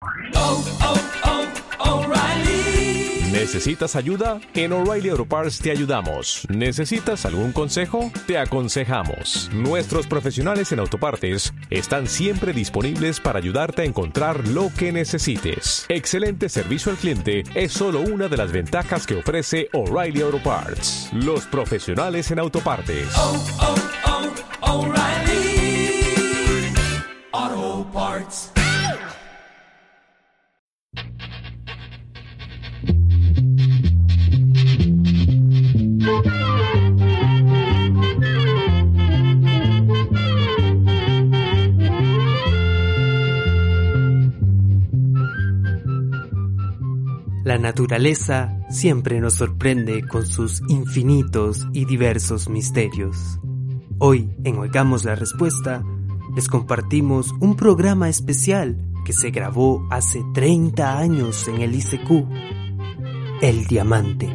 O'Reilly. ¿Necesitas ayuda? En O'Reilly Auto Parts te ayudamos. ¿Necesitas algún consejo? Te aconsejamos. Nuestros profesionales en autopartes están siempre disponibles para ayudarte a encontrar lo que necesites. Excelente servicio al cliente es solo una de las ventajas que ofrece O'Reilly Auto Parts. Los profesionales en autopartes. O'Reilly Auto Parts. La naturaleza siempre nos sorprende con sus infinitos y diversos misterios. Hoy, en Oigamos la Respuesta, les compartimos un programa especial que se grabó hace 30 años en el ICQ, El Diamante.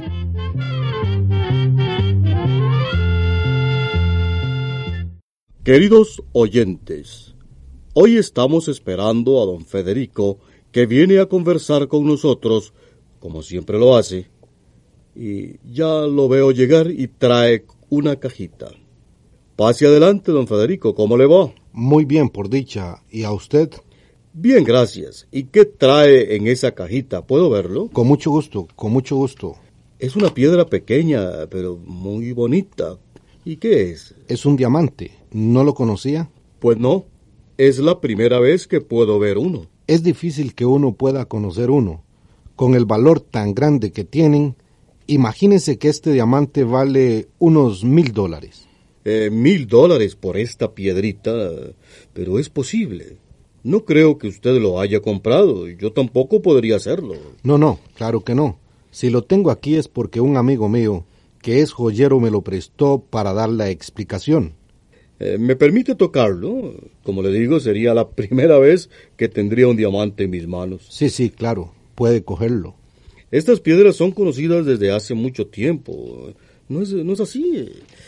Queridos oyentes, hoy estamos esperando a don Federico, que viene a conversar con nosotros, como siempre lo hace, y ya lo veo llegar y trae una cajita. Pase adelante, don Federico, ¿cómo le va? Muy bien, por dicha. ¿Y a usted? Bien, gracias. ¿Y qué trae en esa cajita? ¿Puedo verlo? Con mucho gusto, con mucho gusto. Es una piedra pequeña, pero muy bonita. ¿Y qué es? Es un diamante. ¿No lo conocía? Pues no, es la primera vez que puedo ver uno. Es difícil que uno pueda conocer uno. Con el valor tan grande que tienen, imagínense que este diamante vale unos $1,000. $1,000 por esta piedrita, pero es posible. No creo que usted lo haya comprado, yo tampoco podría hacerlo. No, claro que no. Si lo tengo aquí es porque un amigo mío, que es joyero, me lo prestó para dar la explicación. ¿Me permite tocarlo? Como le digo, sería la primera vez que tendría un diamante en mis manos. Sí, claro, puede cogerlo. Estas piedras son conocidas desde hace mucho tiempo. ¿No es así?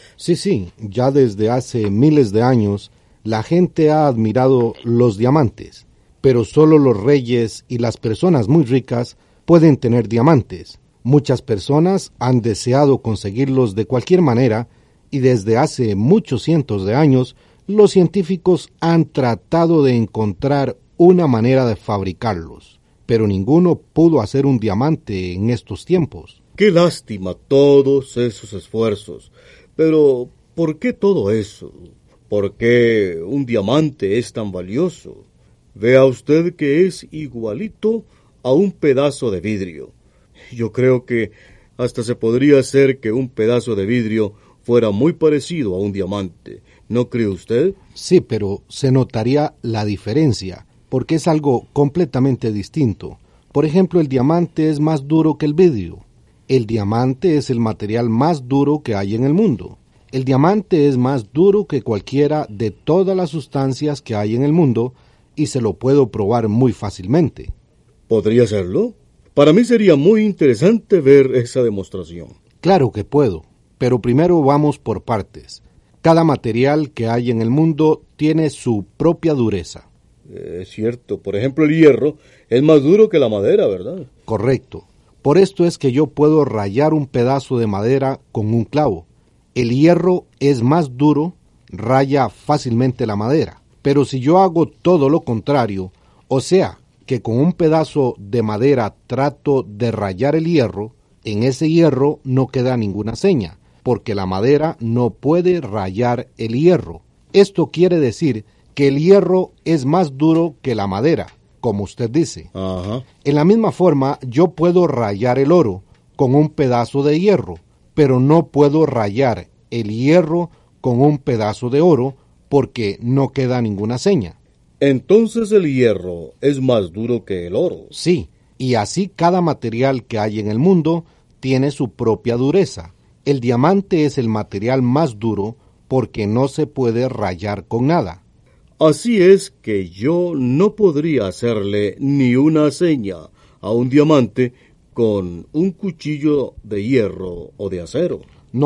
Sí, ya desde hace miles de años la gente ha admirado los diamantes, pero solo los reyes y las personas muy ricas pueden tener diamantes. Muchas personas han deseado conseguirlos de cualquier manera y desde hace muchos cientos de años los científicos han tratado de encontrar una manera de fabricarlos, pero ninguno pudo hacer un diamante en estos tiempos. Qué lástima todos esos esfuerzos. Pero, ¿por qué todo eso? ¿Por qué un diamante es tan valioso? Vea usted que es igualito a un pedazo de vidrio. Yo creo que hasta se podría hacer que un pedazo de vidrio fuera muy parecido a un diamante. ¿No cree usted? Sí, pero se notaría la diferencia, porque es algo completamente distinto. Por ejemplo, el diamante es más duro que el vidrio. El diamante es el material más duro que hay en el mundo. El diamante es más duro que cualquiera de todas las sustancias que hay en el mundo y se lo puedo probar muy fácilmente. ¿Podría hacerlo? Para mí sería muy interesante ver esa demostración. Claro que puedo, pero primero vamos por partes. Cada material que hay en el mundo tiene su propia dureza. Es cierto, por ejemplo el hierro es más duro que la madera, ¿verdad? Correcto. Por esto es que yo puedo rayar un pedazo de madera con un clavo. El hierro es más duro, raya fácilmente la madera. Pero si yo hago todo lo contrario, o sea, que con un pedazo de madera trato de rayar el hierro, en ese hierro no queda ninguna seña, porque la madera no puede rayar el hierro. Esto quiere decir que el hierro es más duro que la madera, como usted dice. Ajá. En la misma forma, yo puedo rayar el oro con un pedazo de hierro, pero no puedo rayar el hierro con un pedazo de oro porque no queda ninguna seña. Entonces el hierro es más duro que el oro. Sí, y así cada material que hay en el mundo tiene su propia dureza. El diamante es el material más duro porque no se puede rayar con nada. Así es que yo no podría hacerle ni una seña a un diamante con un cuchillo de hierro o de acero.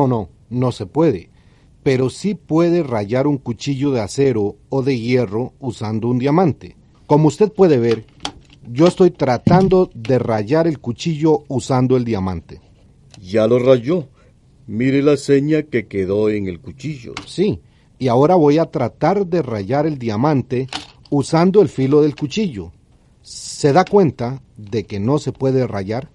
No se puede. Pero sí puede rayar un cuchillo de acero o de hierro usando un diamante. Como usted puede ver, yo estoy tratando de rayar el cuchillo usando el diamante. Ya lo rayó. Mire la seña que quedó en el cuchillo. Sí, y ahora voy a tratar de rayar el diamante usando el filo del cuchillo. ¿Se da cuenta de que no se puede rayar?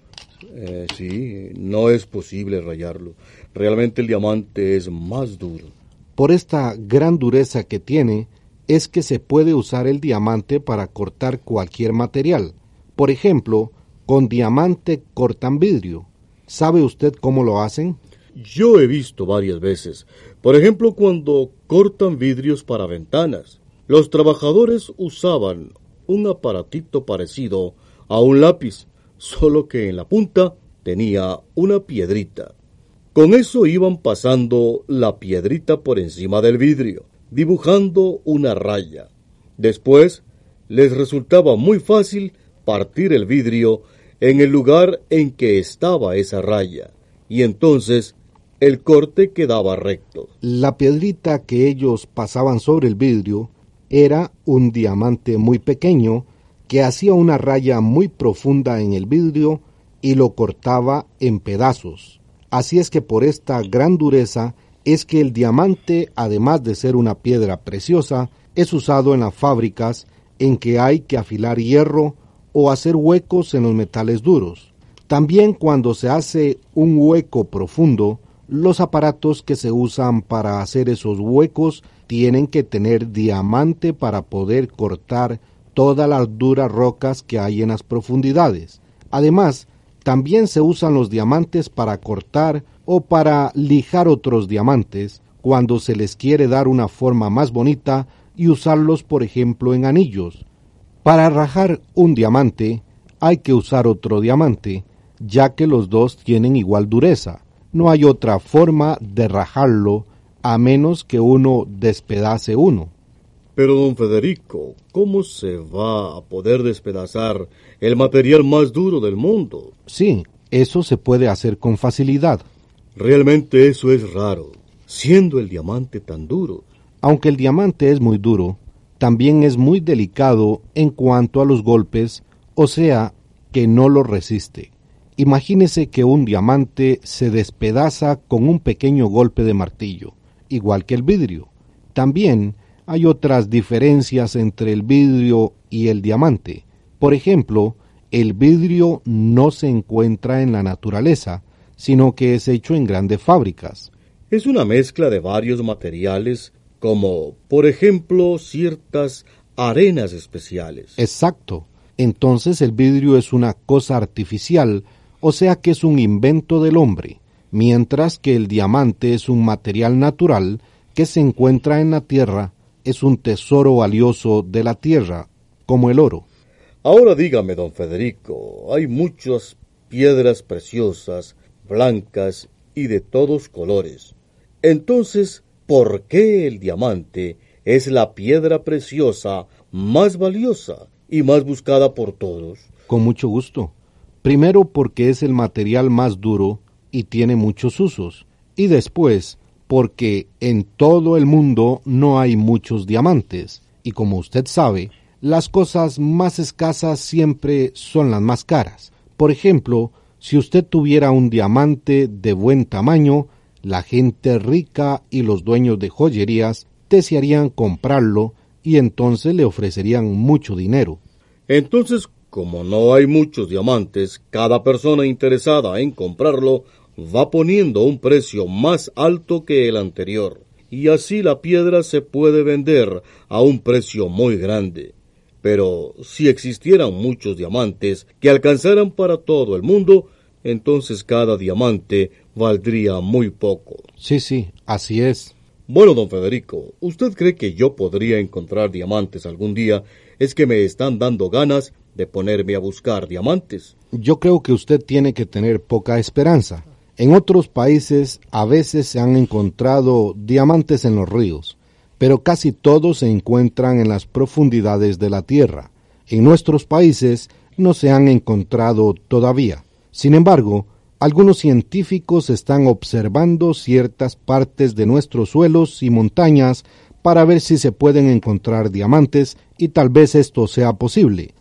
Sí, no es posible rayarlo. Realmente el diamante es más duro. Por esta gran dureza que tiene, es que se puede usar el diamante para cortar cualquier material. Por ejemplo, con diamante cortan vidrio. ¿Sabe usted cómo lo hacen? Yo he visto varias veces. Por ejemplo, cuando cortan vidrios para ventanas. Los trabajadores usaban un aparatito parecido a un lápiz, solo que en la punta tenía una piedrita. Con eso iban pasando la piedrita por encima del vidrio, dibujando una raya. Después, les resultaba muy fácil partir el vidrio en el lugar en que estaba esa raya, y entonces el corte quedaba recto. La piedrita que ellos pasaban sobre el vidrio era un diamante muy pequeño que hacía una raya muy profunda en el vidrio y lo cortaba en pedazos. Así es que por esta gran dureza es que el diamante, además de ser una piedra preciosa, es usado en las fábricas en que hay que afilar hierro o hacer huecos en los metales duros. También cuando se hace un hueco profundo, los aparatos que se usan para hacer esos huecos tienen que tener diamante para poder cortar todas las duras rocas que hay en las profundidades. Además, también se usan los diamantes para cortar o para lijar otros diamantes cuando se les quiere dar una forma más bonita y usarlos, por ejemplo, en anillos. Para rajar un diamante hay que usar otro diamante, ya que los dos tienen igual dureza. No hay otra forma de rajarlo a menos que uno despedace uno. Pero, don Federico, ¿cómo se va a poder despedazar el material más duro del mundo? Sí, eso se puede hacer con facilidad. Realmente eso es raro, siendo el diamante tan duro. Aunque el diamante es muy duro, también es muy delicado en cuanto a los golpes, o sea, que no lo resiste. Imagínese que un diamante se despedaza con un pequeño golpe de martillo, igual que el vidrio. También hay otras diferencias entre el vidrio y el diamante. Por ejemplo, el vidrio no se encuentra en la naturaleza, sino que es hecho en grandes fábricas. Es una mezcla de varios materiales, como, por ejemplo, ciertas arenas especiales. Exacto. Entonces el vidrio es una cosa artificial, o sea que es un invento del hombre, mientras que el diamante es un material natural que se encuentra en la tierra, es un tesoro valioso de la tierra, como el oro. Ahora dígame, don Federico, hay muchas piedras preciosas, blancas y de todos colores. Entonces, ¿por qué el diamante es la piedra preciosa más valiosa y más buscada por todos? Con mucho gusto. Primero porque es el material más duro y tiene muchos usos. Y después porque en todo el mundo no hay muchos diamantes. Y como usted sabe, las cosas más escasas siempre son las más caras. Por ejemplo, si usted tuviera un diamante de buen tamaño, la gente rica y los dueños de joyerías desearían comprarlo y entonces le ofrecerían mucho dinero. Entonces, como no hay muchos diamantes, cada persona interesada en comprarlo va poniendo un precio más alto que el anterior, y así la piedra se puede vender a un precio muy grande. Pero si existieran muchos diamantes que alcanzaran para todo el mundo, entonces cada diamante valdría muy poco. Sí, así es. Bueno, don Federico, ¿usted cree que yo podría encontrar diamantes algún día? Es que me están dando ganas de ponerme a buscar diamantes. Yo creo que usted tiene que tener poca esperanza. En otros países a veces se han encontrado diamantes en los ríos, pero casi todos se encuentran en las profundidades de la tierra. En nuestros países no se han encontrado todavía. Sin embargo, algunos científicos están observando ciertas partes de nuestros suelos y montañas para ver si se pueden encontrar diamantes y tal vez esto sea posible.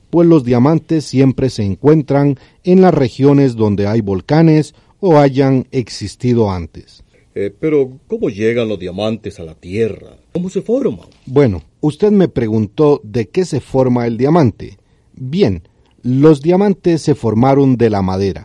pues los diamantes siempre se encuentran en las regiones donde hay volcanes o hayan existido antes. Pero, ¿cómo llegan los diamantes a la Tierra? ¿Cómo se forman? Bueno, usted me preguntó de qué se forma el diamante. Bien, los diamantes se formaron de la madera.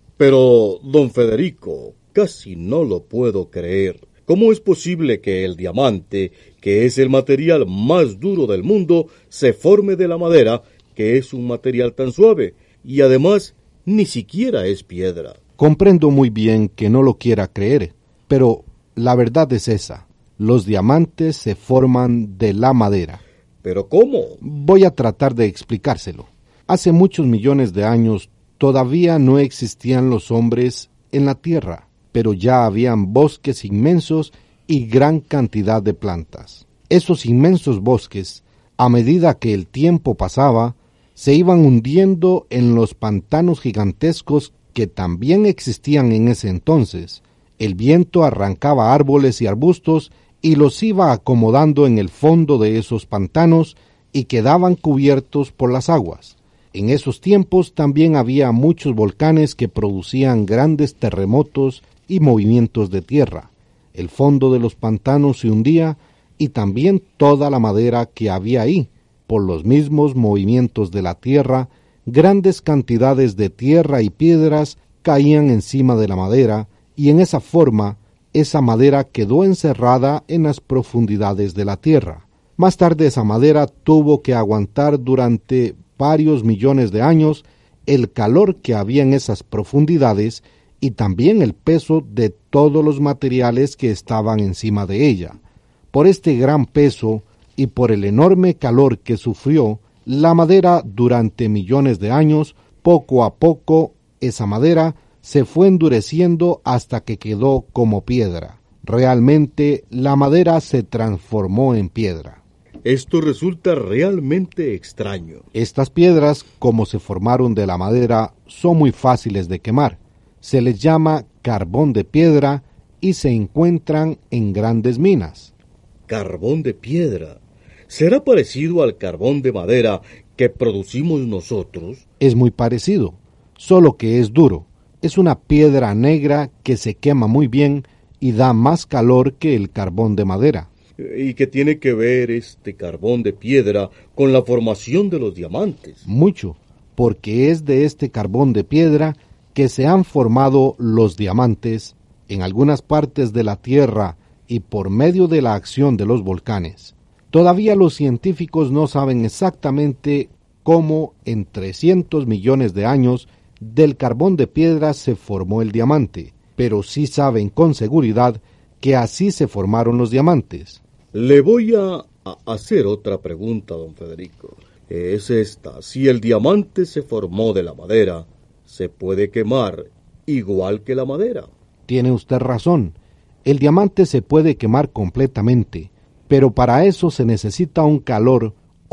Pero, don Federico, casi no lo puedo creer. ¿Cómo es posible que el diamante, que es el material más duro del mundo, se forme de la madera, que es un material tan suave, y además ni siquiera es piedra? Comprendo muy bien que no lo quiera creer, pero la verdad es esa. Los diamantes se forman de la madera. ¿Pero cómo? Voy a tratar de explicárselo. Hace muchos millones de años todavía no existían los hombres en la tierra, pero ya habían bosques inmensos y gran cantidad de plantas. Esos inmensos bosques, a medida que el tiempo pasaba, se iban hundiendo en los pantanos gigantescos que también existían en ese entonces. El viento arrancaba árboles y arbustos y los iba acomodando en el fondo de esos pantanos y quedaban cubiertos por las aguas. En esos tiempos también había muchos volcanes que producían grandes terremotos y movimientos de tierra. El fondo de los pantanos se hundía y también toda la madera que había ahí. Por los mismos movimientos de la tierra, grandes cantidades de tierra y piedras caían encima de la madera y en esa forma, esa madera quedó encerrada en las profundidades de la tierra. Más tarde esa madera tuvo que aguantar durante varios millones de años el calor que había en esas profundidades y también el peso de todos los materiales que estaban encima de ella. Por este gran peso y por el enorme calor que sufrió la madera durante millones de años, poco a poco esa madera se fue endureciendo hasta que quedó como piedra. Realmente la madera se transformó en piedra. Esto resulta realmente extraño. Estas piedras, como se formaron de la madera, son muy fáciles de quemar. Se les llama carbón de piedra y se encuentran en grandes minas. Carbón de piedra. ¿Será parecido al carbón de madera que producimos nosotros? Es muy parecido, solo que es duro. Es una piedra negra que se quema muy bien y da más calor que el carbón de madera. ¿Y qué tiene que ver este carbón de piedra con la formación de los diamantes? Mucho, porque es de este carbón de piedra que se han formado los diamantes en algunas partes de la Tierra y por medio de la acción de los volcanes. Todavía los científicos no saben exactamente cómo en 300 millones de años del carbón de piedra se formó el diamante, pero sí saben con seguridad que así se formaron los diamantes. Le voy a hacer otra pregunta, don Federico. Es esta: si el diamante se formó de la madera, ¿se puede quemar igual que la madera? Tiene usted razón. El diamante se puede quemar completamente, pero para eso se necesita un calor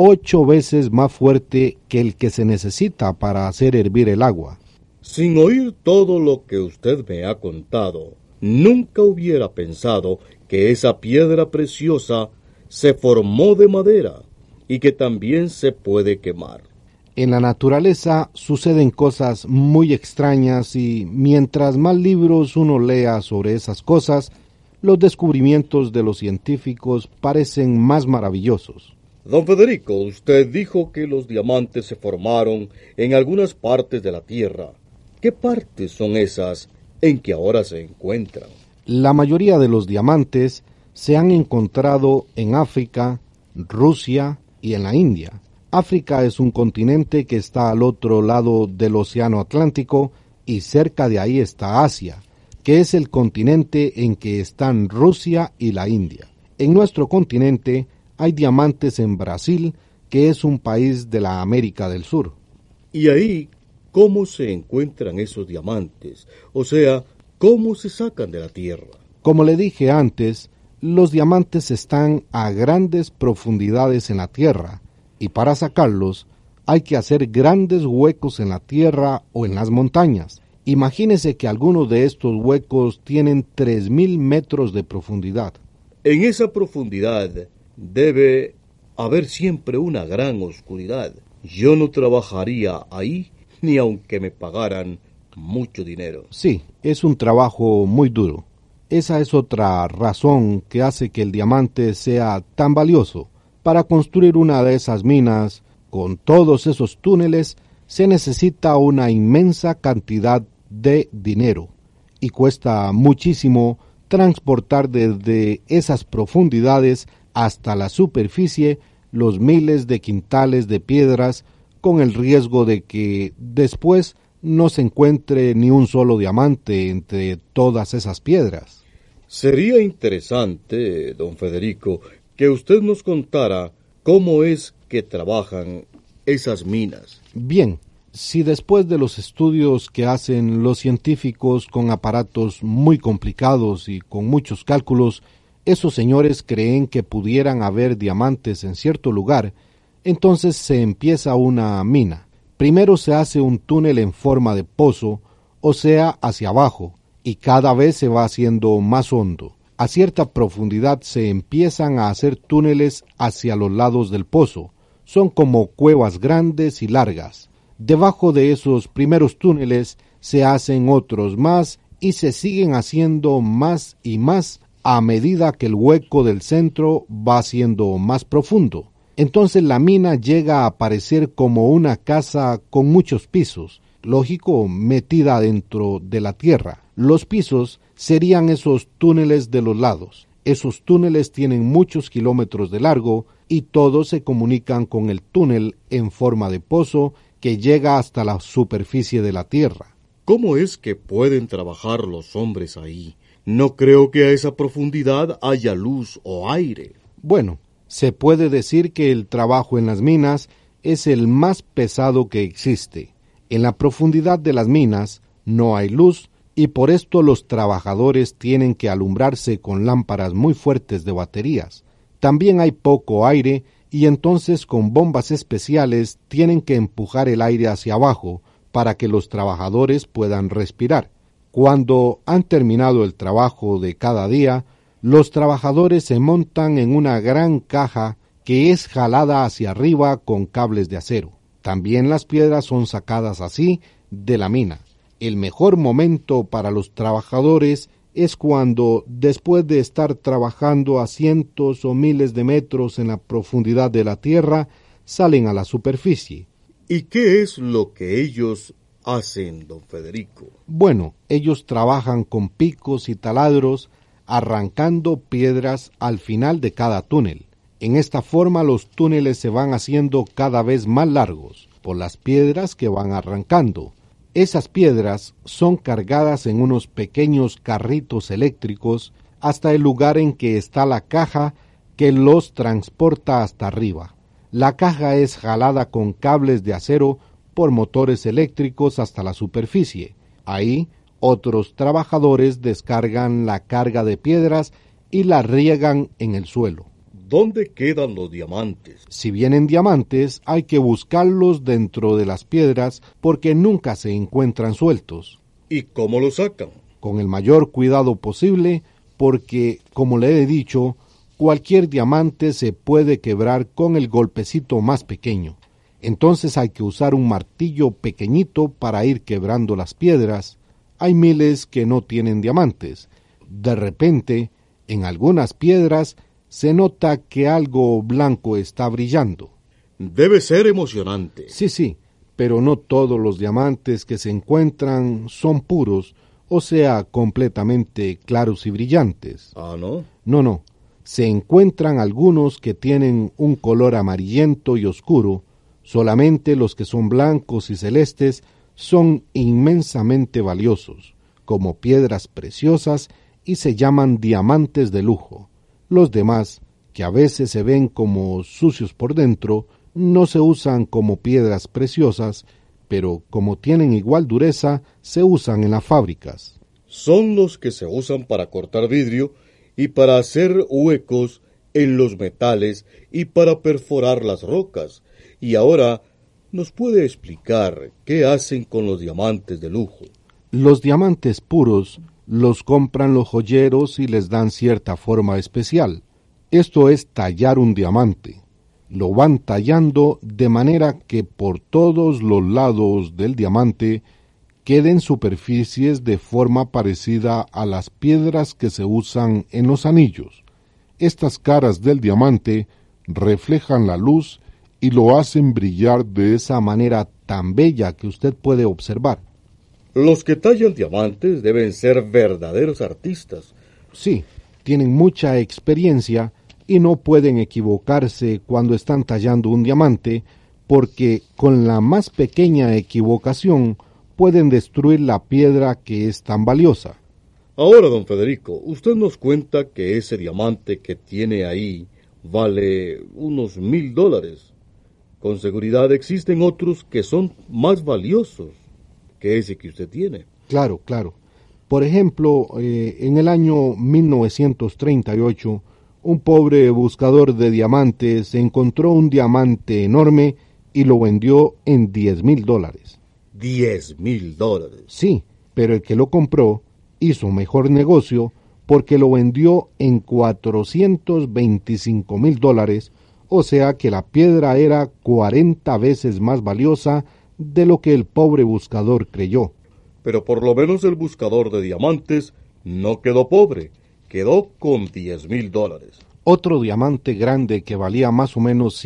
8 veces más fuerte que el que se necesita para hacer hervir el agua. Sin oír todo lo que usted me ha contado, nunca hubiera pensado que esa piedra preciosa se formó de madera y que también se puede quemar. En la naturaleza suceden cosas muy extrañas y mientras más libros uno lea sobre esas cosas, los descubrimientos de los científicos parecen más maravillosos. Don Federico, usted dijo que los diamantes se formaron en algunas partes de la Tierra. ¿Qué partes son esas en que ahora se encuentran? La mayoría de los diamantes se han encontrado en África, Rusia y en la India. África es un continente que está al otro lado del Océano Atlántico y cerca de ahí está Asia, que es el continente en que están Rusia y la India. En nuestro continente hay diamantes en Brasil, que es un país de la América del Sur. ¿Y ahí cómo se encuentran esos diamantes? O sea, ¿cómo se sacan de la tierra? Como le dije antes, los diamantes están a grandes profundidades en la tierra, y para sacarlos hay que hacer grandes huecos en la tierra o en las montañas. Imagínese que algunos de estos huecos tienen 3.000 metros de profundidad. En esa profundidad debe haber siempre una gran oscuridad. Yo no trabajaría ahí ni aunque me pagaran mucho dinero. Sí, es un trabajo muy duro. Esa es otra razón que hace que el diamante sea tan valioso. Para construir una de esas minas, con todos esos túneles, se necesita una inmensa cantidad de dinero y cuesta muchísimo transportar desde esas profundidades hasta la superficie los miles de quintales de piedras, con el riesgo de que después no se encuentre ni un solo diamante entre todas esas piedras. Sería interesante, don Federico, que usted nos contara cómo es que trabajan esas minas. Bien, si después de los estudios que hacen los científicos con aparatos muy complicados y con muchos cálculos, esos señores creen que pudieran haber diamantes en cierto lugar, entonces se empieza una mina. Primero se hace un túnel en forma de pozo, o sea, hacia abajo, y cada vez se va haciendo más hondo. A cierta profundidad se empiezan a hacer túneles hacia los lados del pozo. Son como cuevas grandes y largas. Debajo de esos primeros túneles se hacen otros más y se siguen haciendo más y más a medida que el hueco del centro va siendo más profundo. Entonces la mina llega a parecer como una casa con muchos pisos, lógico, metida dentro de la tierra. Los pisos serían esos túneles de los lados. Esos túneles tienen muchos kilómetros de largo y todos se comunican con el túnel en forma de pozo que llega hasta la superficie de la tierra. ¿Cómo es que pueden trabajar los hombres ahí? No creo que a esa profundidad haya luz o aire. Bueno, se puede decir que el trabajo en las minas es el más pesado que existe. En la profundidad de las minas no hay luz y por esto los trabajadores tienen que alumbrarse con lámparas muy fuertes de baterías. También hay poco aire y entonces con bombas especiales tienen que empujar el aire hacia abajo para que los trabajadores puedan respirar. Cuando han terminado el trabajo de cada día, los trabajadores se montan en una gran caja que es jalada hacia arriba con cables de acero. También las piedras son sacadas así de la mina. El mejor momento para los trabajadores es cuando, después de estar trabajando a cientos o miles de metros en la profundidad de la tierra, salen a la superficie. ¿Y qué es lo que ellos hacen, don Federico? Bueno, ellos trabajan con picos y taladros, arrancando piedras al final de cada túnel. En esta forma los túneles se van haciendo cada vez más largos por las piedras que van arrancando. Esas piedras son cargadas en unos pequeños carritos eléctricos hasta el lugar en que está la caja que los transporta hasta arriba. La caja es jalada con cables de acero por motores eléctricos hasta la superficie. Ahí, otros trabajadores descargan la carga de piedras y la riegan en el suelo. ¿Dónde quedan los diamantes? Si vienen diamantes, hay que buscarlos dentro de las piedras porque nunca se encuentran sueltos. ¿Y cómo los sacan? Con el mayor cuidado posible porque, como le he dicho, cualquier diamante se puede quebrar con el golpecito más pequeño. Entonces hay que usar un martillo pequeñito para ir quebrando las piedras. Hay miles que no tienen diamantes. De repente, en algunas piedras, se nota que algo blanco está brillando. Debe ser emocionante. Sí, pero no todos los diamantes que se encuentran son puros, o sea, completamente claros y brillantes. ¿Ah, no? No. Se encuentran algunos que tienen un color amarillento y oscuro. Solamente los que son blancos y celestes son inmensamente valiosos, como piedras preciosas, y se llaman diamantes de lujo. Los demás, que a veces se ven como sucios por dentro, no se usan como piedras preciosas, pero como tienen igual dureza, se usan en las fábricas. Son los que se usan para cortar vidrio y para hacer huecos en los metales y para perforar las rocas. Y ahora, ¿nos puede explicar qué hacen con los diamantes de lujo? Los diamantes puros los compran los joyeros y les dan cierta forma especial. Esto es tallar un diamante. lo van tallando de manera que por todos los lados del diamante queden superficies de forma parecida a las piedras que se usan en los anillos. Estas caras del diamante reflejan la luz y lo hacen brillar de esa manera tan bella que usted puede observar. Los que tallan diamantes deben ser verdaderos artistas. Sí, tienen mucha experiencia y no pueden equivocarse cuando están tallando un diamante, porque con la más pequeña equivocación pueden destruir la piedra que es tan valiosa. Ahora, don Federico, usted nos cuenta que ese diamante que tiene ahí vale unos $1,000. Con seguridad existen otros que son más valiosos que ese que usted tiene. Claro, claro. Por ejemplo, en el año 1938, un pobre buscador de diamantes encontró un diamante enorme y lo vendió en $10,000. $10,000. Sí, pero el que lo compró hizo mejor negocio porque lo vendió en $425,000, o sea que la piedra era 40 veces más valiosa de lo que el pobre buscador creyó. Pero por lo menos el buscador de diamantes no quedó pobre, quedó con $10,000. Otro diamante grande que valía más o menos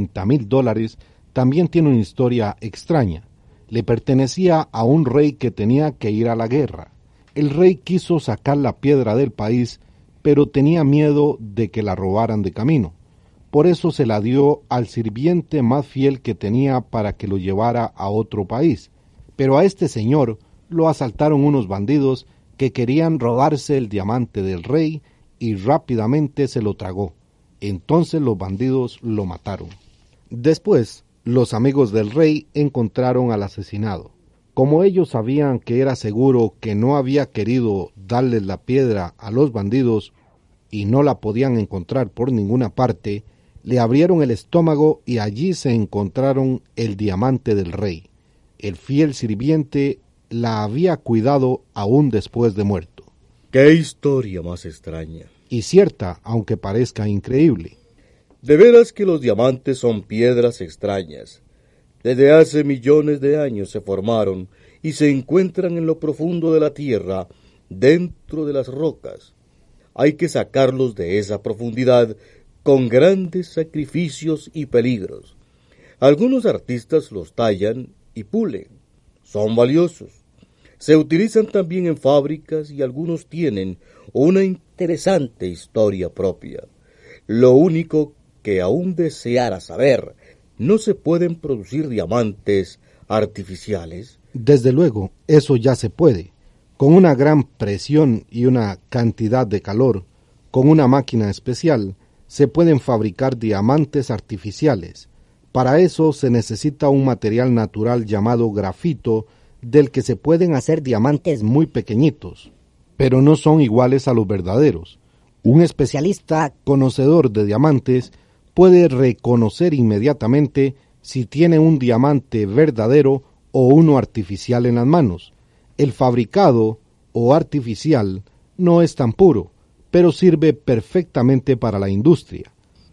$50,000 también tiene una historia extraña. Le pertenecía a un rey que tenía que ir a la guerra. El rey quiso sacar la piedra del país, pero tenía miedo de que la robaran de camino. Por eso se la dio al sirviente más fiel que tenía para que lo llevara a otro país. Pero a este señor lo asaltaron unos bandidos que querían robarse el diamante del rey y rápidamente se lo tragó. Entonces los bandidos lo mataron. Después, los amigos del rey encontraron al asesinado. Como ellos sabían que era seguro que no había querido darles la piedra a los bandidos y no la podían encontrar por ninguna parte, le abrieron el estómago y allí se encontraron el diamante del rey. El fiel sirviente la había cuidado aún después de muerto. ¡Qué historia más extraña! Y cierta, aunque parezca increíble. De veras que los diamantes son piedras extrañas. Desde hace millones de años se formaron y se encuentran en lo profundo de la tierra, dentro de las rocas. Hay que sacarlos de esa profundidad con grandes sacrificios y peligros. Algunos artistas los tallan y pulen. Son valiosos. Se utilizan también en fábricas y algunos tienen una interesante historia propia. Lo único que aún deseara saber, ¿no se pueden producir diamantes artificiales? Desde luego, eso ya se puede. Con una gran presión y una cantidad de calor, con una máquina especial, se pueden fabricar diamantes artificiales. Para eso se necesita un material natural llamado grafito, del que se pueden hacer diamantes muy pequeñitos, pero no son iguales a los verdaderos. Un especialista conocedor de diamantes puede reconocer inmediatamente si tiene un diamante verdadero o uno artificial en las manos. El fabricado o artificial no es tan puro, pero sirve perfectamente para la industria.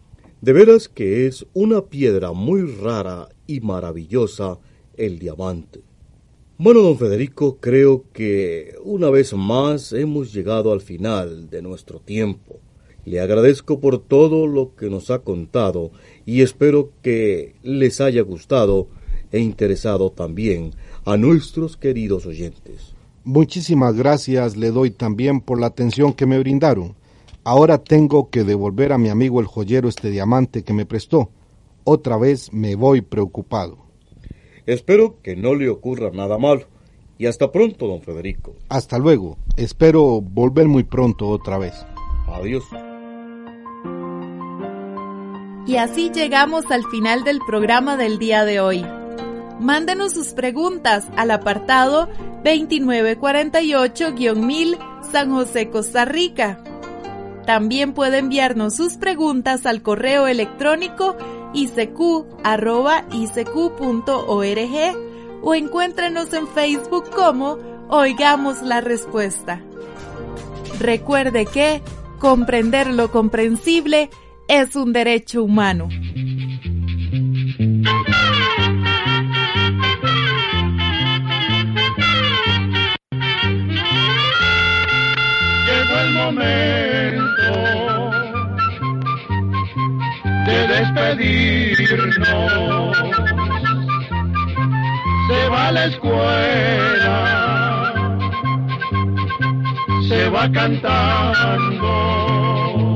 De veras que es una piedra muy rara y maravillosa el diamante. Bueno, don Federico, creo que una vez más hemos llegado al final de nuestro tiempo. Le agradezco por todo lo que nos ha contado y espero que les haya gustado e interesado también a nuestros queridos oyentes. Muchísimas gracias le doy también por la atención que me brindaron. Ahora tengo que devolver a mi amigo el joyero este diamante que me prestó. Otra vez me voy preocupado. Espero que no le ocurra nada malo. Y hasta pronto, don Federico. Hasta luego. Espero volver muy pronto otra vez. Adiós. Y así llegamos al final del programa del día de hoy. Mándenos sus preguntas al apartado 2948-1000 San José, Costa Rica. También puede enviarnos sus preguntas al correo electrónico icq@icq.org o encuéntrenos en Facebook como Oigamos la Respuesta. Recuerde que comprender lo comprensible es un derecho humano. reírnos. Se va a la escuela, se va cantando.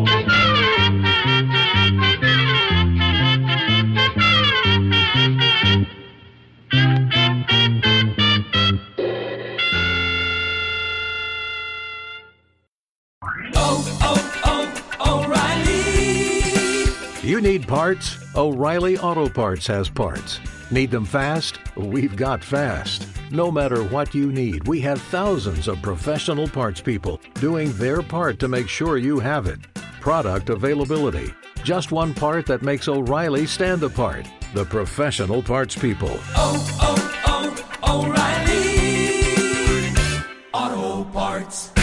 You need parts? O'Reilly Auto Parts has parts. Need them fast? We've got fast. No matter what you need, we have thousands of professional parts people doing their part to make sure you have it. Product availability. Just one part that makes O'Reilly stand apart. The professional parts people. O'Reilly Auto Parts.